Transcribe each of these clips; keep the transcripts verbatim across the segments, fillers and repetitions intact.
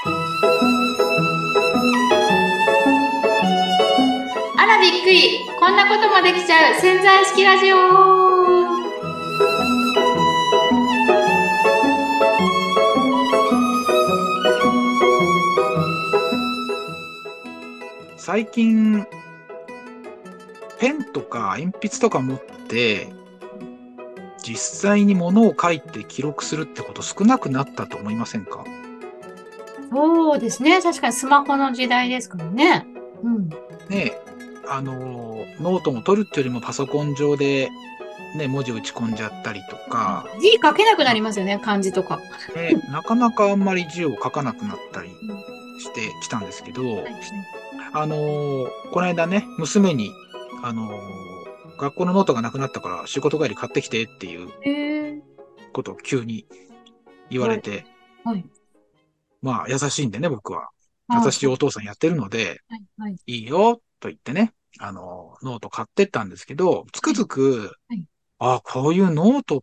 あらびっくり。こんなこともできちゃう潜在意識ラジオ。 最近、ペンとか鉛筆とか持って、実際に物を書いて記録するってこと少なくなったと思いませんか？ そうですね。確かにスマホの時代ですからね。うん。 ねえ、あの、ノートも取るっていうよりもパソコン上でね、文字打ち込んじゃったりとか、 字書けなくなまりますよね。漢字とか。 あね、なかなかあんまり字を書かなくなったりうん。 してきたんですけど、 はい、はい。 あの、この間ね、娘に、あの、学校のノートがなくなったから仕事帰り買ってきてっていうえー、 ことを急に言わはい。 れて、 はい。 まあ優しいんでね、僕は。 ああ、 優しいそう。 お父さんやってるので、 はい、はい。 いいよと言ってね、あの、ノート買ってったんですけど、つくはい。 づく、 はい。 あ、こういうノートって、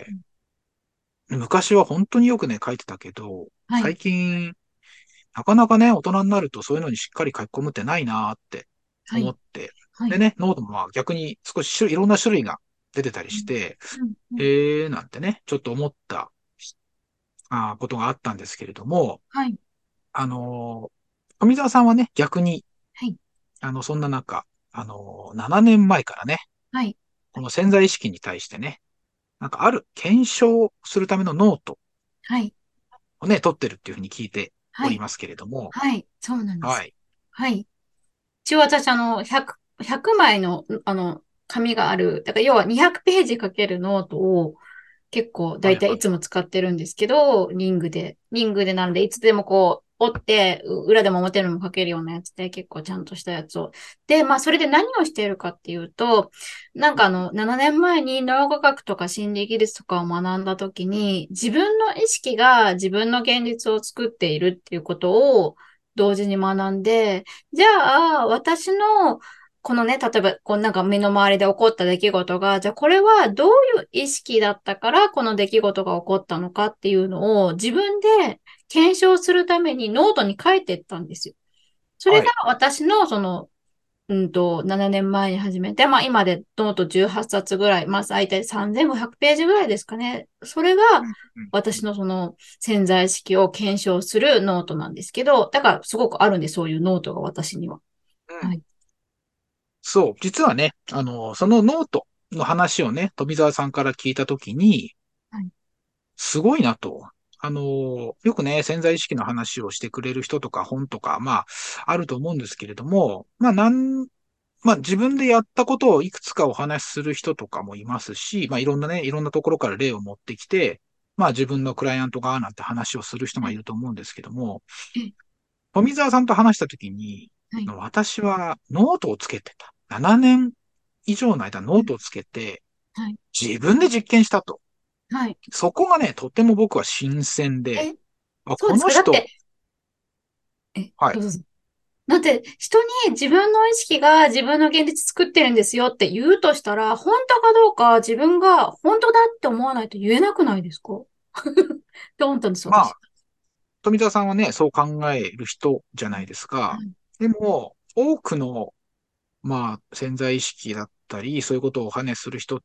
昔は本当によくね、書いてたけど、 はい。 最近、なかなかね、大人になるとそういうのにしっかり書き込むってないなーってはい。 思って。 はい。 でね、ノートもまあ逆に少し種類いろんな種類が出てたりうん。 して、 うん。うん。 えーなんてね、ちょっと思ったあーことがあったんですけれども、 はい。 あのー富澤さんはね、逆に、 はい。 あの、そんな中、あのーななねんまえからね、 はい。 この潜在意識に対してね、なんかある検証するためのノートはい。 をね、取ってるっていうふうに聞いてはい。 おりますけれども、 はい。そうなんです。 はい。 はい。一応私、あの、ひゃく、ひゃくまいの、あの、紙がある、だから要はにひゃくページかけるノートを結構はい、 大体いはい。 つも使ってるんですけど、リングで。リングでなんで、いつでもこう、折って、う裏でも表でも書けるようなやつで、結構ちゃんとしたやつを。で、まあ、それで何をしているかっていうと、なんかあの、ななねんまえに脳科学とか心理技術とかを学んだ時に、自分の意識が自分の現実を作っているっていうことを同時に学んで、じゃあ、私の、このね、例えば、こうなんか身の回りで起こった出来事が、じゃあこれはどういう意識だったから、この出来事が起こったのかっていうのを自分で検証するためにノートに書いていったんですよ。それがはい。 私のその、うんと、ななねんまえに始めて、まあ今でノートじゅうはっさつぐらい、まあ大体さんぜんごひゃくページぐらいですかね。それがうんうん私のその潜在意識を検証するノートなんですけど、だからすごくあるんで、そういうノートが私には。 うんはい。 そう、実はね、あの、そのノートの話をね、富澤さんから聞いたときに、 はい。 すごいなと。あの、よくね、潜在意識の話をしてくれる人とか本とか、まあ、あると思うんですけれども、まあ、なん、まあ、自分でやったことをいくつかお話しする人とかもいますし、まあ、いろんなね、いろんなところから例を持ってきて、まあ、自分のクライアント側なんて話をする人がいると思うんですけども、 え、 富澤さんと話したときに、 はい。 私はノートをつけてた。ななねん以上の間ノうん。 ートをつけて、 はい。 自分で実験したと。 はい。 そこがね、とても僕は新鮮で、 え、 あ、こそうですか。だっの人、 て、え、 はい。 どうぞ。だって、人に自分の意識が自分の現実作ってるんですよって言うとしたら、本当かどうか自分が本当だって思わないと言えなくないですか？って思ったんです、 まあ、 私。 富澤さんはね、そう考える人じゃないですか。 はい。 でも、多くの、まあ、潜在意識だったり、そういうことをお話しする人って、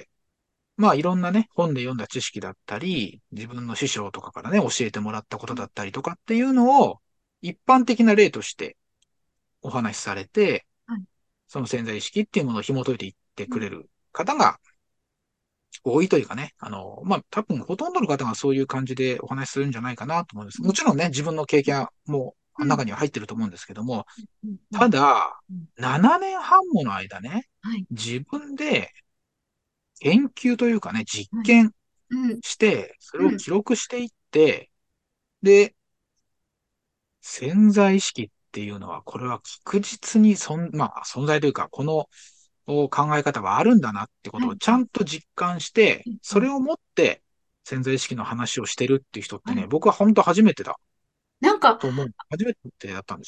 まあ、いろんなね、本で読んだ知識だったり、自分の師匠とかからね、教えてもらったことだったりとかっていうのを、一般的な例としてお話しされて、 はい。 その潜在意識っていうものを紐解いていってうん。 くれる方が多いというかね、あの、まあ、多分ほとんどの方がそういう感じでお話しするんじゃないかなと思うんです。もちろんね、自分の経験もうん。 中には入ってると思うんですけども、 うん。うん。 ただ、 うん。 ななねんはんもの間ね、 はい。 自分で研究というかね、実はい。 験うん。 して、それをうん。 記録していって、で、潜在意識っていうのは、これは確実にそん、まあ、存在というか、この考え方はあるんだなってこはい。 とをちゃんと実感して、 うん。うん。 それをもって潜在意識の話をしてるっていう人ってね、 はい。 僕は本当初めてだなんか、 と思う。初めてだったんですよ。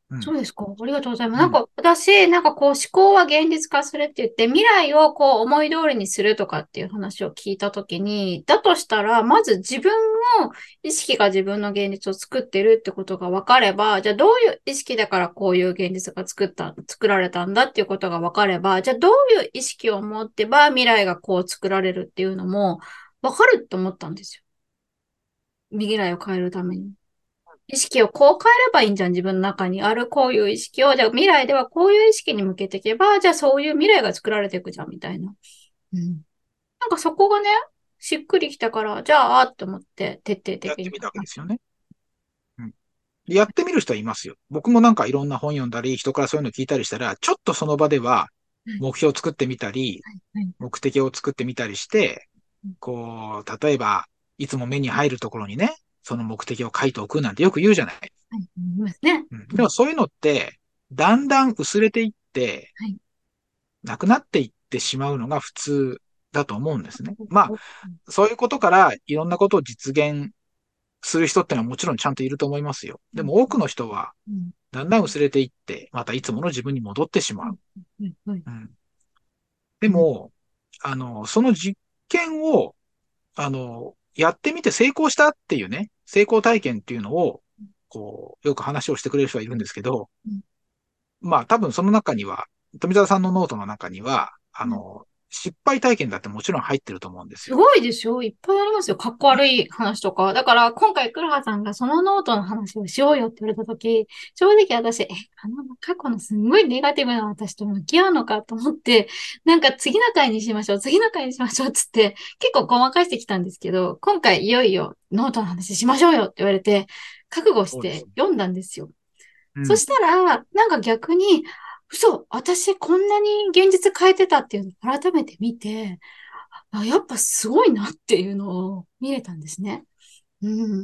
うん。 そうですか。ありがとうございます。 うん。 なんか、私、なんかこう、思考は現実化するって言って、未来をこう、思い通りにするとかっていう話を聞いたときに、だとしたら、まず自分の意識が自分の現実を作ってるってことが分かれば、じゃあどういう意識だからこういう現実が作った、作られたんだっていうことが分かれば、じゃあどういう意識を持ってば未来がこう作られるっていうのも分かると思ったんですよ。未来を変えるために。意識をこう変えればいいんじゃん、自分の中にあるこういう意識を、じゃあ未来ではこういう意識に向けていけば、じゃあそういう未来が作られていくじゃん、みたいな。うん。なんかそこがね、しっくりきたから、じゃあ、って思って、徹底的に。 やってみたわけですよね。うん。でやってみる人はいますよ。僕もなんかいろんな本読んだり、人からそういうの聞いたりしたら、ちょっとその場でははい、 目標を作ってみたり、 はい、はい。 目的を作ってみたりして、 うん、 こう、例えば、いつも目に入るところにね、その目的を書いておくなんてよく言うじゃない。 はい、言いますね。 うん。 うん、 でもそういうのって、だんだん薄れていって、 はい。 なくなっていってしまうのが普通だと思うんですね。まあ、 うん、 そういうことからいろんなことを実現する人ってのはもちろんちゃんといると思いますよ。でも多くの人は、 うん、 だんだん薄れていって、またいつもの自分に戻ってしまう。 うん、うん、うん、 うん。でうん、 も、あの、その実験を、あの、やってみて成功したっていうね、成功体験っていうのを、こう、よく話をしてくれる人はいるんですけど、まあ多分その中には、富澤さんのノートの中には、あうん。 の、失敗体験だってもちろん入ってると思うんですよ。 すごいでしょ、いっぱいありますよ。かっこ悪い話とか。だから、今回、黒羽さんがそのノートの話をしようよって言われたとき、正直私、え、あの過去のすんごいネガティブな私と向き合うのかと思って、なんか次の回にしましょう、次の回にしましょうっつって、結構ごまかしてきたんですけど、今回いよいよノートの話しましょうよって言われて、覚悟しそうです。 て読んだんですよ。 うん。 そしたら、なんか逆に、嘘、私こんなに現実変えてたっていうのを改めて見て、あ、やっぱすごいなっていうのを見れたんですね。うん。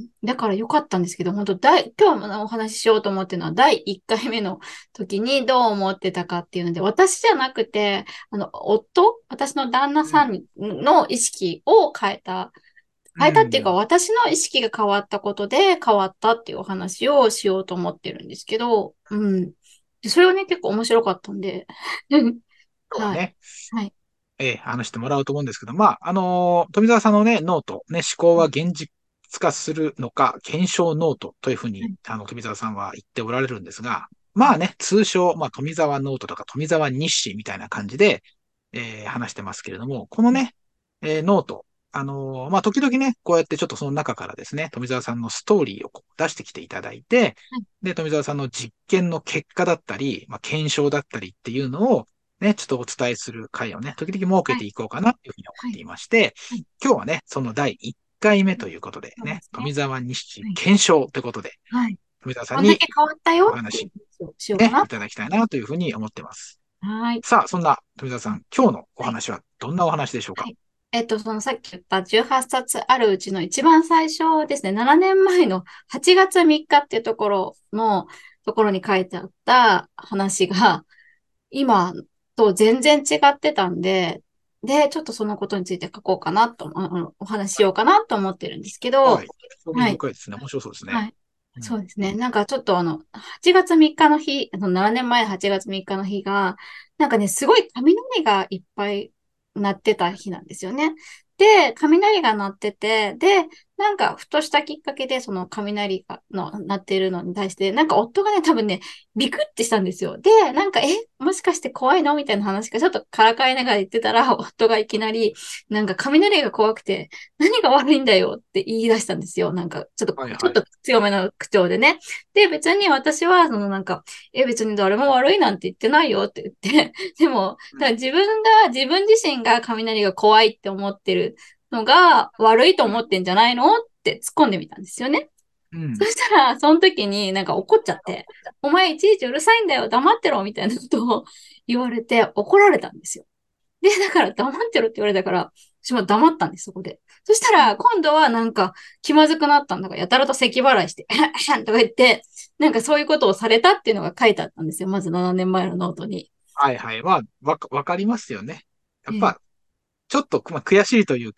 だから良かったんですけど、本当第、今日お話ししようと思ってるのは、だいいっかいめの時にどう思ってたかっていうので、私じゃなくて、あの、夫、私の旦那うん。 さんの意識を変えた。 う変えたっていうか、 ん。 私の意識が変わったことで変わったっていうお話をしようと思ってるんですけど、うん。でそれはね、結構面白かったんで、はい。 今日はね、 はい。 えー話してもらおうと思うんですけど、まあ、あのー富澤さんのね、ノート、ね、思考は現実化するのか、検証ノートというふうに、 はい。 あの、富澤さんは言っておられるんですが、まあね、通称、まあ、富澤ノートとか富澤日誌みたいな感じで、えー話してますけれども、このね、えーノート、あのーまあ、時々ね、こうやってちょっとその中からですね、富澤さんのストーリーをこう出してきていただいて、 はい。 で、富澤さんの実験の結果だったり、まあ、検証だったりっていうのを、ね、ちょっとお伝えする回をね、時々設けはい。 ていこうかなというふうに思はい。 っていまして、 はい。 今日はね、そのだいいっかいめということでね、 そうですね。 富澤日誌はい。 検証ということで、 はい。 富澤さんこんだけに変わったよっていうお話話をしようかね、 な。 いただきたいなというふうに思ってます。 はい。 さあ、そんな富澤さん、今日のおはい。 話はどんなお話でしょうか？ はい。えっと、そのさっき言ったじゅうはっさつあるうちの一番最初ですね、ななねんまえのはちがつみっかっていうところのところに書いてあった話が、今と全然違ってたんで、で、ちょっとそのことについて書こうかなと、あのお話ししようかなと思ってるんですけど、 はい。興味はい。 深いですね。面白そうですね。 はい。 うん。 そうですね。なんかちょっとあの、はちがつみっかの日、あのななねんまえはちがつみっかの日が、なんかね、すごい雷がいっぱい鳴ってた日なんですよね。で、雷が鳴ってて、で、なんかふとしたきっかけで、その雷がの鳴ってるのに対して、なんか夫がね、多分ね、ビクってしたんですよ。で、なんか、え、もしかして怖いのみたいな話がちょっとからかいながら言ってたら、夫がいきなり、なんか雷が怖くて、何が悪いんだよって言い出したんですよ。なんか、ちょっと、ちょっとはいはい。 強めの口調でね。で、別に私は、そのなんか、え、別に誰も悪いなんて言ってないよって言って、でも、 うん。 だから自分が、自分自身が雷が怖いって思ってるのが悪いとうん。 思ってんじゃないのって突っ込んでみたんですよね。 うん。 そしたら、その時になんか怒っちゃって、お前いちいちうるさいんだよ、黙ってろ、みたいなことを言われて怒られたんですよ。で、だから黙ってろって言われたから、私も黙ったんです、そこで。そしたら、今度はなんか気まずくなったんだから、やたらと咳払いして、とか言って、なんかそういうことをされたっていうのが書いてあったんですよ。まずななねんまえのノートに。 はいはい。まあ、わか、わかりますよね。やっええ、 ぱ、ちょっと、まあ、悔しいというか、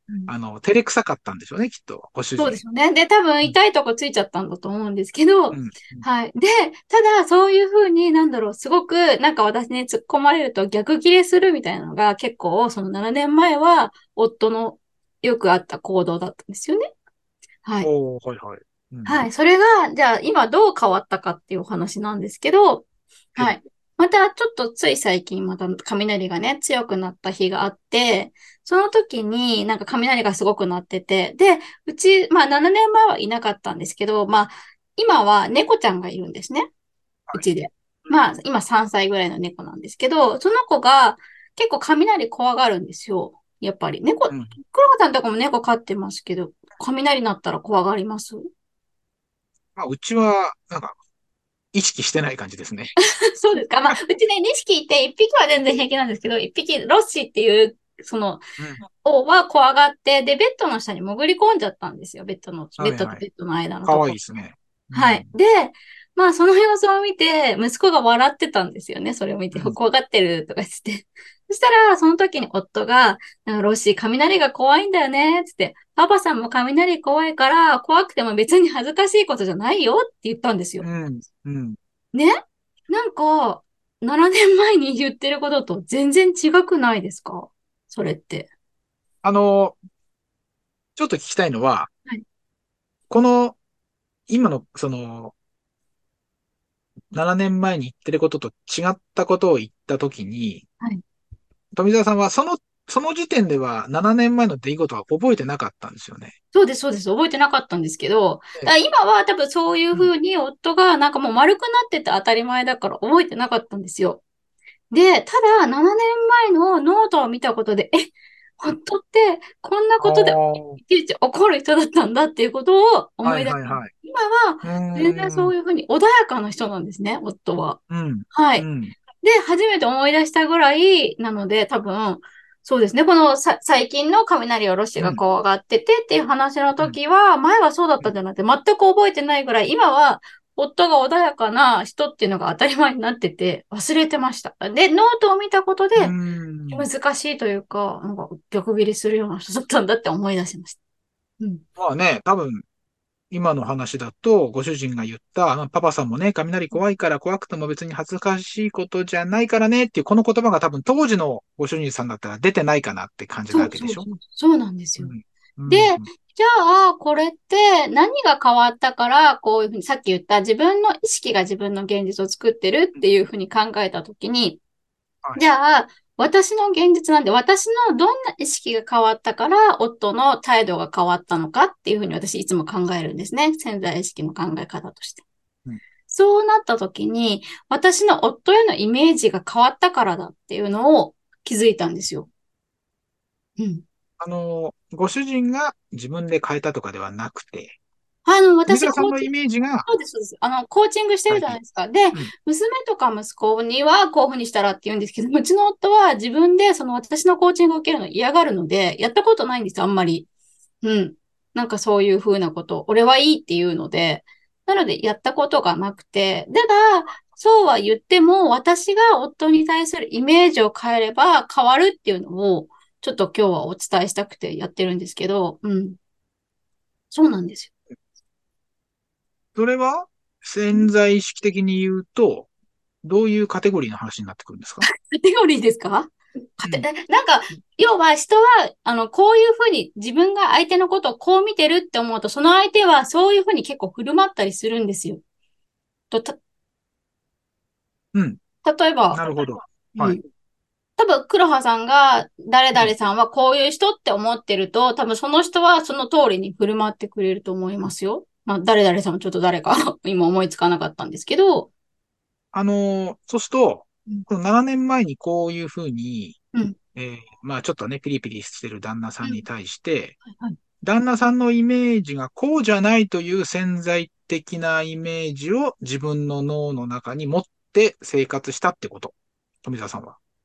うん。 あの、照れくさかったんでしょうね、きっと、ご主人。 そうですよね。で、多分うん、 痛いとこついちゃったんだと思うんですけど、 うん、 はい。で、ただ、そういうふうに、なんだろう、すごく、なんか私に突っ込まれると逆ギレするみたいなのが結構、そのななねんまえは、夫のよくあった行動だったんですよね。はい。 おー、はいはい。うん。 はい。それが、じゃあ、今どう変わったかっていうお話なんですけど、 ええ、 はい。また、ちょっとつい最近、また雷がね、強くなった日があって、その時になんか雷がすごく鳴ってて、で、うち、まあななねんまえはいなかったんですけど、まあ、今は猫ちゃんがいるんですね。うはい。 ちで。まあ、今さんさいぐらいの猫なんですけど、その子が結構雷怖がるんですよ。やっぱり。猫、 うん。 黒川さんとかも猫飼ってますけど、雷鳴ったら怖がります？ まあ、うちは、なんか、意識してない感じですね。 そうですか。まあ、うちね、にひきいて、いっぴきは全然平気なんですけど、いっぴき、ロッシーっていう、その、 うん。 王は怖がって、で、ベッドの下に潜り込んじゃったんですよ。ベッドの、ベッドはいはい。 とベッドの間のかとこ。 わいいですね。うはい。 ん。 で、まあ、その様子を見て、息子が笑ってたんですよね。それを見て、 うん。 怖がってるとか言って。そしたら、その時に夫が、なんかロッシー、雷が怖いんだよね。つって、パパさんも雷怖いから、怖くても別に恥ずかしいことじゃないよって言ったんですよ。 うん。うん。 ね、なんか、ななねんまえに言ってることと全然違くないですか？それって。 あの、ちょっと聞きたいのは、 はい。 この、今の、その、ななねんまえに言ってることと違ったことを言ったときに、 はい。 富澤さんはその、その時点ではななねんまえの出来事は覚えてなかったんですよね。 そうです、そうです。覚えてなかったんですけど、だええ、 から今は多分そういううん。 ふうに夫がなんかもう丸くなってて当たり前だから覚えてなかったんですよ。で、ただななねんまえのノートを見たことで、え、夫ってこんなあことであ、 いちいち怒る人だったんだっていうことを思はいい出した。 はいはい。 今はうー全然そん、 ういうふうに穏やかな人なんですね、夫は。 うん、 はい。 うん、 で、初めて思い出したぐらいなので、多分、そうですね。このさ、最近の雷おろしうん、 が怖がっててっていう話のうん。 時は、前はそうだったんじゃなくて、全く覚えてないぐらい、今は夫が穏やかな人っていうのが当たり前になってて、忘れてました。で、ノートを見たことで、 うーん。 難しいというか、なんか逆ギレするような人だったんだって思い出しました。うん。 まあね、多分、今の話だと、ご主人が言った、あのパパさんもね、雷怖いから怖くても別に恥ずかしいことじゃないからねっていう、この言葉が多分当時のご主人さんだったら出てないかなって感じなそうわけでしょ？ そうそう。そうなんですよ。 うん。うで、 ん。 じゃあ、これって何が変わったから、こういうふうにさっき言った自分の意識が自分の現実を作ってるっていうふうに考えたときに、 はい。 じゃあ、私の現実なんで、私のどんな意識が変わったから、夫の態度が変わったのかっていうふうに私いつも考えるんですね。潜在意識の考え方として。 うん。 そうなったときに、私の夫へのイメージが変わったからだっていうのを気づいたんですよ。うん。 あの、ご主人が自分で変えたとかではなくて、 あの、私、 富澤さんのイコーチ、 メージがそうです、そうです。あの、コーチングしてる変えている。 じゃないですか。で、 うん。 娘とか息子にはこういうふうにしたらって言うんですけど、うちの夫は自分でその私のコーチングを受けるの嫌がるので、やったことないんですよ、あんまり。うん。なんかそういうふうなこと、俺はいいっていうので、なのでやったことがなくて、ただ、そうは言っても、私が夫に対するイメージを変えれば変わるっていうのを、ちょっと今日はお伝えしたくてやってるんですけど、うん。そうなんですそれはよ。 潜在意識的に言うと、どういうカテゴリーの話になってくるんですか？ カテゴリーですか？カテ、 うん。 えなんか、要は人は、あの、こういうふうに自分が相手のことをこう見てるって思うと、その相手はそういうふうに結構振る舞ったりするんですよ。と、た、 うん。 例えば、 なるほど。はい。 うん。多分、黒羽さんが、誰うん。 々さんはこういう人って思ってると、多分その人はその通りに振る舞ってくれると思いますよ。まあ、誰々さんもちょっと誰か今思いつかなかったんですけど、 あのーそうすると、 うん、 このななねんまえにこういうふうに、 うん、 えーまあちょっとね、ピリピリしてる旦那さんにうん。 対して、 はいはい。 旦那さんのイメージがこうじゃないという潜在的なイメージを自分の脳の中に持って生活したってこと。富澤さんは。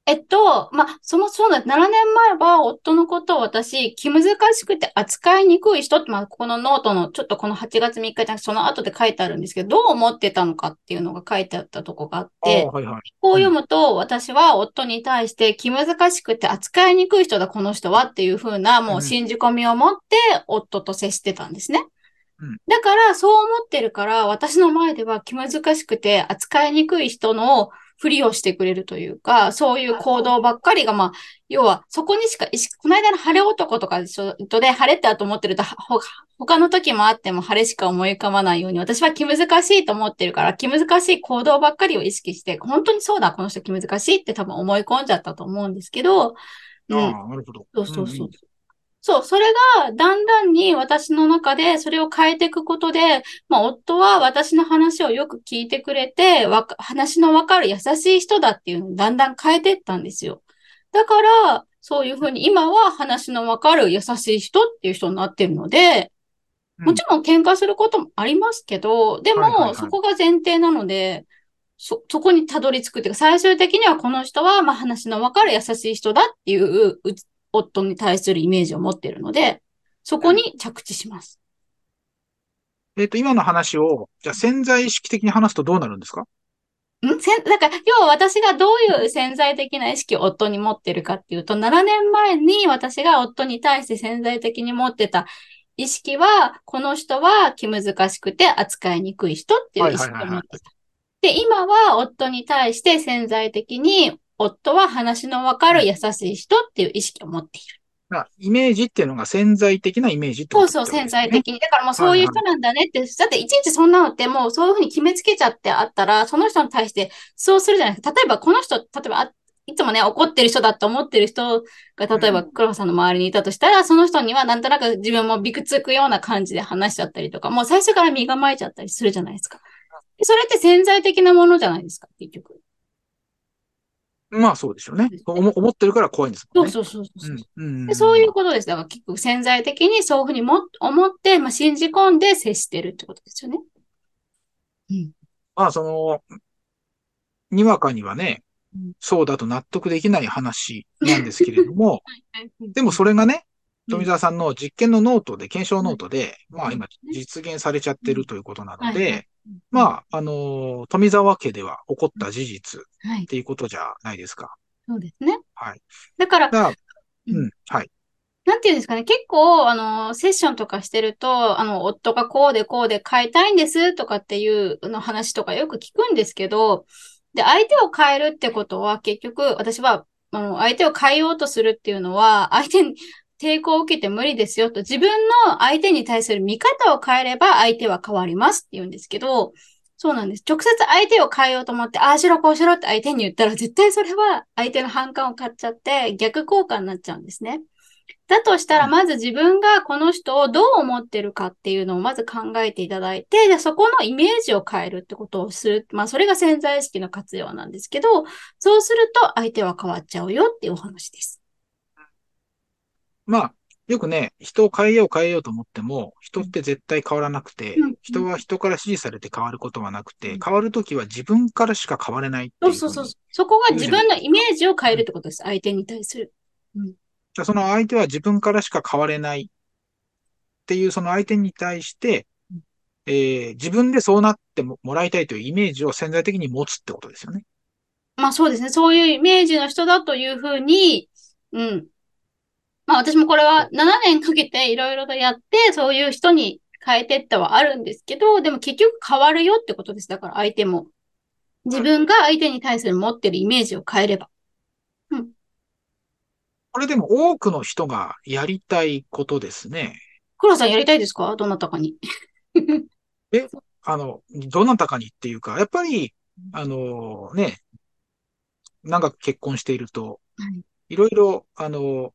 えっと、まあ、そもそうだ、ななねんまえは夫のことを私、気難しくて扱いにくい人って、まあ、このノートの、ちょっとこのはちがつみっかじゃなくて、その後で書いてあるんですけど、どう思ってたのかっていうのが書いてあったとこがあっああ、 て、 はいはい。 こううん。 読むと、私は夫に対して気難しくて扱いにくい人だ、この人はっていう風な、もううん。 信じ込みを持って夫と接してたんですね。 うん。 だから、そう思ってるから、私の前では気難しくて扱いにくい人のふりをしてくれるというか、そういう行動ばっかりが、まあ、要は、そこにしか意識、この間の晴れ男とかでしょ、とで、晴れってあと思ってると、ほ他の時もあっても晴れしか思い浮かばないように、私は気難しいと思ってるから、気難しい行動ばっかりを意識して、本当にそうだ、この人気難しいって多分思い込んじゃったと思うんですけど、うん。 ああ、なるほど。 そううん、 そうそう。 いい。 そう、それがだんだんに私の中でそれを変えていくことで、まあ、夫は私の話をよく聞いてくれて、わか、話のわかる優しい人だっていうのをだんだん変えていったんですよ。だから、そういうふうに今は話のわかる優しい人っていう人になってるので、 うん。 もちろん喧嘩することもありますけど、でも、そはいはいはい。 こが前提なので、そ、そこにたどり着くっていうか、最終的にはこの人は、まあ話のわかる優しい人だっていうう夫に対するイメージを持っているので、そこうん。 に着地します。 えっと、今の話を、じゃあ潜在意識的に話すとどうなるんですか？ んせん、だから、要は私がどういう潜在的な意識を夫に持ってるかっていうと、ななねんまえに私が夫に対して潜在的に持ってた意識は、この人は気難しくて扱いにくい人っていうはい意はいはいはい。 識を持ってた。で、今は夫に対して潜在的に、夫は話のわかうん。 る優しい人っていう意識を持っている。 まあ、イメージっていうのが潜在的なイメージってことっそうそう、潜てわけですよね。 在的に。だからもうそういう人はいはい。 なんだねって、だっていちいちそんなのってもうそういうふうに決めつけちゃってあったら、その人に対してそうするじゃないですか。例えばこの人、例えばあいつもね、怒ってる人だと思ってる人が、 うん。 例えば黒羽さんの周りにいたとしたら、その人にはなんとなく自分もびくつくような感じで話しちゃったりとか、もう最初から身構えちゃったりするじゃないですか。それって潜在的なものじゃないですか、結局。 まあそうでしょうね。思思ってるから怖いんですもんね。 そうそうそうそうそう。 うん。うん。 で、そううん。 いうことです。だから結局潜在的にそういうふうにも思って、まあ、信じ込んで接してるってことですよね。うん。 まあその、にわかにはね、 うん。 そうだと納得できない話なんですけれども、 はい。うんでもうんそれがね、 うん。 富澤さんの実験のノートで、検証はい。 ノートで、まあ今そうですね。 実現されちゃっうん。 てるということなのはいはい。 で、 うんうん。 まあ、あの、富澤家では起こっうん。 た事実っはい。 ていうことじゃないですか。 そうですね。 はい。 だから、 だから、 うん。 うん、はい。 なんていうんですかね。結構、あの、セッションとかしてると、あの、夫がこうでこうで変えたいんですとかっていうの話とかよく聞くんですけど、で、相手を変えるってことは、結局、私は、あの、相手を変えようとするっていうのは、相手に抵抗を受けて無理ですよと、自分の相手に対する見方を変えれば相手は変わりますって言うんですけど、そうなんです。直接相手を変えようと思って、ああしろこうしろって相手に言ったら、絶対それは相手の反感を買っちゃって、逆効果になっちゃうんですね。だとしたら、 うん。 まず自分がこの人をどう思ってるかっていうのをまず考えていただいて、で、そこのイメージを変えるってことをする。まあ、それが潜在意識の活用なんですけど、そうすると相手は変わっちゃうよっていうお話です。 まあ、よくね、人を変えよう変えようと思っても、人うん、 って絶対変わらなくて、 うん、うん。 人は人から指示されて変わることはなくて、 うん。 変わるときは自分からしか変われないっそうそうそう。 ていうふうにそこが言うじゃない自分のですか。 イメージを変えうん。 るってことです。相手に対する。うん。 じゃあその相手は自分からしか変われないっていうその相手に対して、えー自分でそうなってももらいたいというイメージを潜在的に持つってことですよね。 まあそうですね。そういうイメージの人だというふうに、うん。まあ私もこれはななねんかけていろいろとやって、そういう人に変えてってはあるんですけど、でも結局変わるよってことです。だから相手も。自うん。 分が相手に対する持ってるイメージを変えれば。うん。 これでも多くの人がやりたいことですね。 黒さんやりたいですか？どなたかに。 え、あの、どなたかにっていうか、やっぱり、あのね、長く結婚していると、 はい。 いろいろ、あの、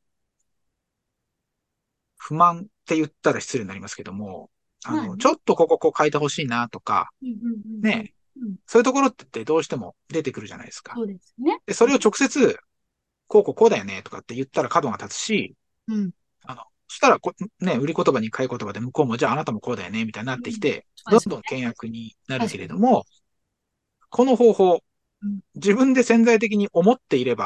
不満って言ったら失礼になりますけども、あの、ちょまあね。 っとこここう変えてほしいなとか、 うんうんうんうん。 ね、 うん。 そういうところってどうしても出てくるじゃないですか。 そうですね。 で、それを直接、こうこうこうだよねとかって言ったら角が立つし、 うん。 あの、そしたらこ、ね、売り言葉に買い言葉で向こうも、じゃああなたもこうだよねみたいになっうん。 てきて、どんそうですよね。 どん倹約になるけ確かに。 れども、この方法、 うん。 自分で潜在的に思っていれば、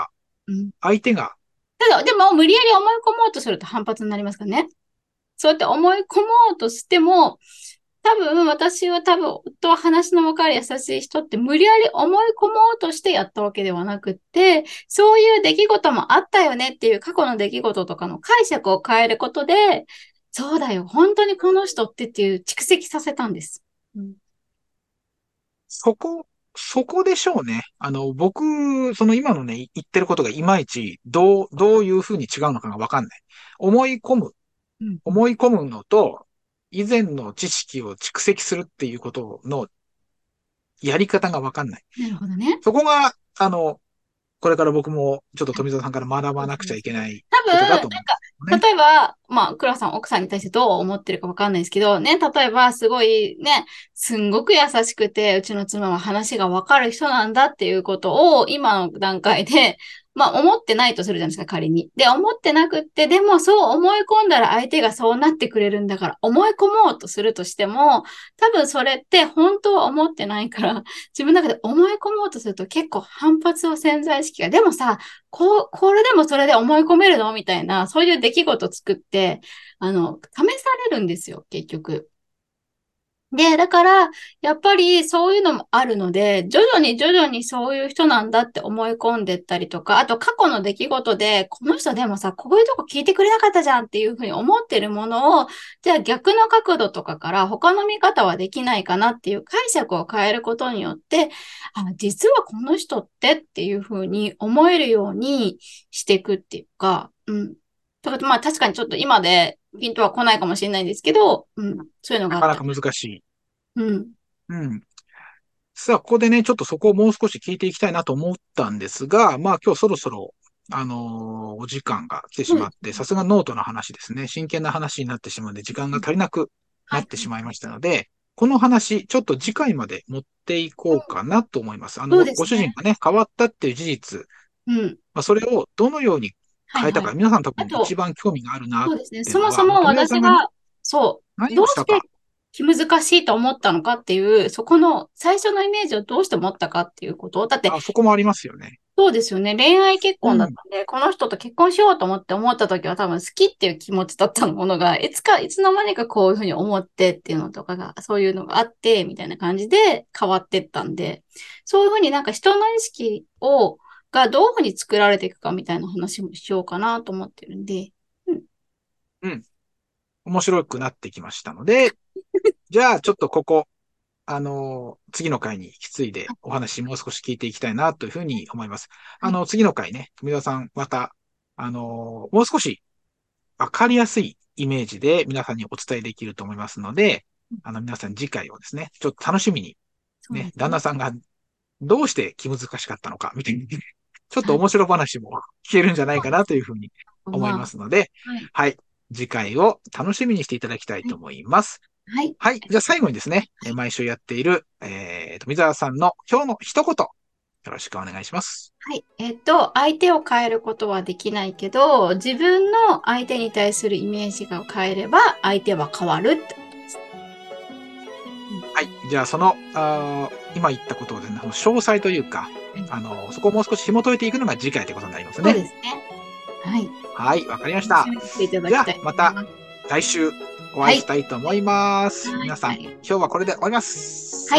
うん。 相手が、 ただ、でも、無理やり思い込もうとすると反発になりますからね。そうやって思い込もうとしても、多分、私は多分、夫は話の分かる優しい人って無理やり思い込もうとしてやったわけではなくって、そういう出来事もあったよねっていう過去の出来事とかの解釈を変えることで、そうだよ、本当にこの人ってっていう蓄積させたんです。うん、 そこ、そこでしょうね。あの、僕、その今のね、言ってることがいまいち、どう、どういうふうに違うのかがわかんない。思い込む、 うん、うん。 思い込むのと、以前の知識を蓄積するっていうことのやり方がわかんない。 なるほどね。 そこが、あの、これから僕もちょっと富澤さんから学ばなくちゃいけない多分、 ことだなんか、 と思うんですよね。 例えば、まあ、倉さん、奥さんに対してどう思ってるかわかんないですけど、ね、例えば、すごいね、すんごく優しくて、うちの妻は話がわかる人なんだっていうことを、今の段階で、まあ、思ってないとするじゃないですか、仮に。で、思ってなくって、でも、そう思い込んだら相手がそうなってくれるんだから、思い込もうとするとしても、多分それって本当は思ってないから、自分の中で思い込もうとすると結構反発は潜在意識が、でもさ、こう、これでもそれで思い込めるのみたいな、そういう出来事を作って、あの、試されるんですよ、結局。で、だから、やっぱりそういうのもあるので、徐々に徐々にそういう人なんだって思い込んでったりとか、あと過去の出来事で、この人でもさ、こういうとこ聞いてくれなかったじゃんっていうふうに思ってるものを、じゃあ逆の角度とかから他の見方はできないかなっていう解釈を変えることによって、あ、実はこの人ってっていうふうに思えるようにしていくっていうか、うん。とかまあ確かにちょっと今でピンとは来ないかもしれないんですけど、うん。そういうのがあった。 なかなか難しい。 うん。 うん。さあ、ここでね、ちょっとそこをもう少し聞いていきたいなと思ったんですが、まあ今日そろそろ、あのーお時間が来てしそうでまって、さすね。 すがノートの話ですね。真剣な話になってしまうので、時間が足りなくなはい。 ってしまいましたので、この話、ちょっと次回まで持っていこうかなと思います。あの、 そうですね。 ご主人がね、変わったっていう事実、 うん。 まあ、それをどのように変えたか、 はいはい。 皆さん多分一あと、 番興味があるなっそうですね。 ていうのは、まあ、 そもそも富田さんがね、 私が、そう、 何をしたか。 どうして気難しいと思ったのかっていう、そこの最初のイメージをどうして持ったかっていうこと。だって、 あ、そこもありますよね。 そうですよね。恋愛結婚だっうん。 たんで、この人と結婚しようと思って思った時は多分好きっていう気持ちだったものが、いつか、いつの間にかこういうふうに思ってっていうのとかが、そういうのがあって、みたいな感じで変わってったんで、そういうふうになんか人の意識を、がどういうふうに作られていくかみたいな話もしようかなと思ってるんで、うん。 うん。面白くなってきましたので、じゃあちょっとここ、あの、次の回に引き継いでお話もう少し聞いていきたいなというふうに思います。 はい。 あの、次の回ね、富田さん、また、あの、もう少しわかりやすいイメージで皆さんにお伝えできると思いますので、あの、皆さん次回をですね、ちょっと楽しみに、ね、 そうですね。 旦那さんがどうして気難しかったのか、みたいに、ちょっとはい。 面白話も聞けるんじゃないかなそうですね。 というふうに思いままあ、 すので、 はい。 はい。次回を楽しみにしていただきたいはい。 と思います。 はい。 はい。じゃあ最後にですね、え毎週やっている、えー、富澤さんの今日の一言、よろしくお願いします。 はい。えっと、相手を変えることはできないけど、自分の相手に対するイメージが変えれば、相手は変わるってことです。うん。 はい。じゃあその、あ今言ったことをですね、詳細というか、 はい。 あの、そこをもう少し紐解いていくのが次回ということになりますね。 そうですね。はい。 はい。わかりまし楽した。 みにしていただじゃあ、 きたいとまた思います。 来週お会いしはい。 たいと思います。 はい。 皆さん、 ありがとう。 今日はこれで終わります。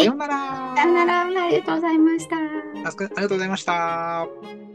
はい。 さようなさよなら。 ら。 ありがとうございました。 ありがとうございました。